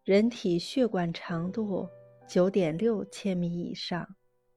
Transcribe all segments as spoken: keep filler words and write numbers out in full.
人体血管长度 九点六千米以上。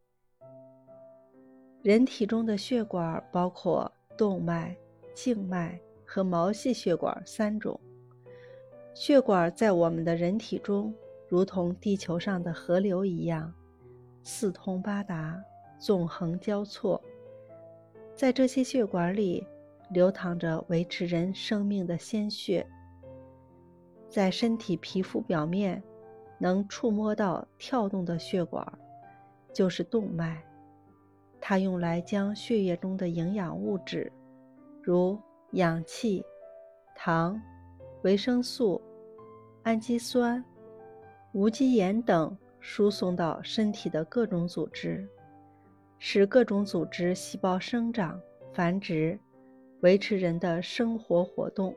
人体中的血管包括动脉、静脉和毛细血管三种。血管在我们的人体中如同地球上的河流一样，四通八达，纵横交错。在这些血管里流淌着维持人生命的鲜血。在身体皮肤表面能触摸到跳动的血管就是动脉，它用来将血液中的营养物质如氧气、糖、维生素、氨基酸、无机盐等输送到身体的各种组织，使各种组织细胞生长、繁殖，维持人的生活活动。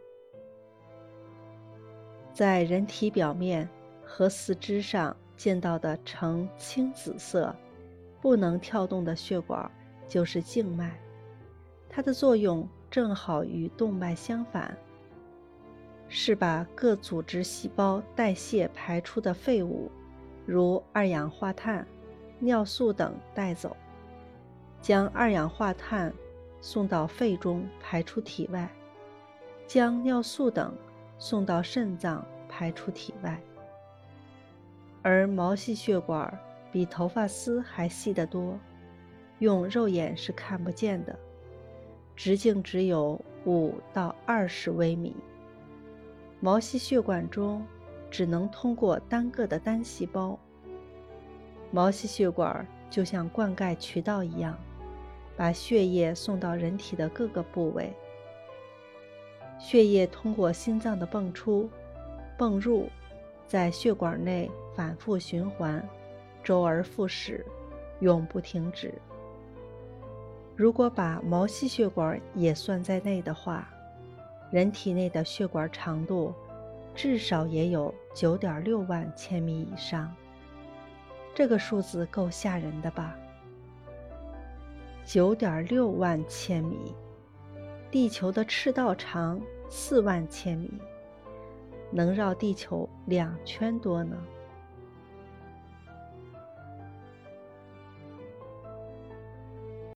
在人体表面和四肢上见到的呈青紫色、不能跳动的血管就是静脉，它的作用正好与动脉相反，是把各组织细胞代谢排出的废物，如二氧化碳、尿素等带走，将二氧化碳送到肺中排出体外，将尿素等送到肾脏排出体外。而毛细血管比头发丝还细得多，用肉眼是看不见的，直径只有五到二十微米。毛细血管中只能通过单个的单细胞。毛细血管就像灌溉渠道一样，把血液送到人体的各个部位。血液通过心脏的泵出、泵入，在血管内反复循环，周而复始，永不停止。如果把毛细血管也算在内的话，人体内的血管长度至少也有 九点六万千米以上。这个数字够吓人的吧？ 九点六万千米，地球的赤道长四万千米，能绕地球两圈多呢。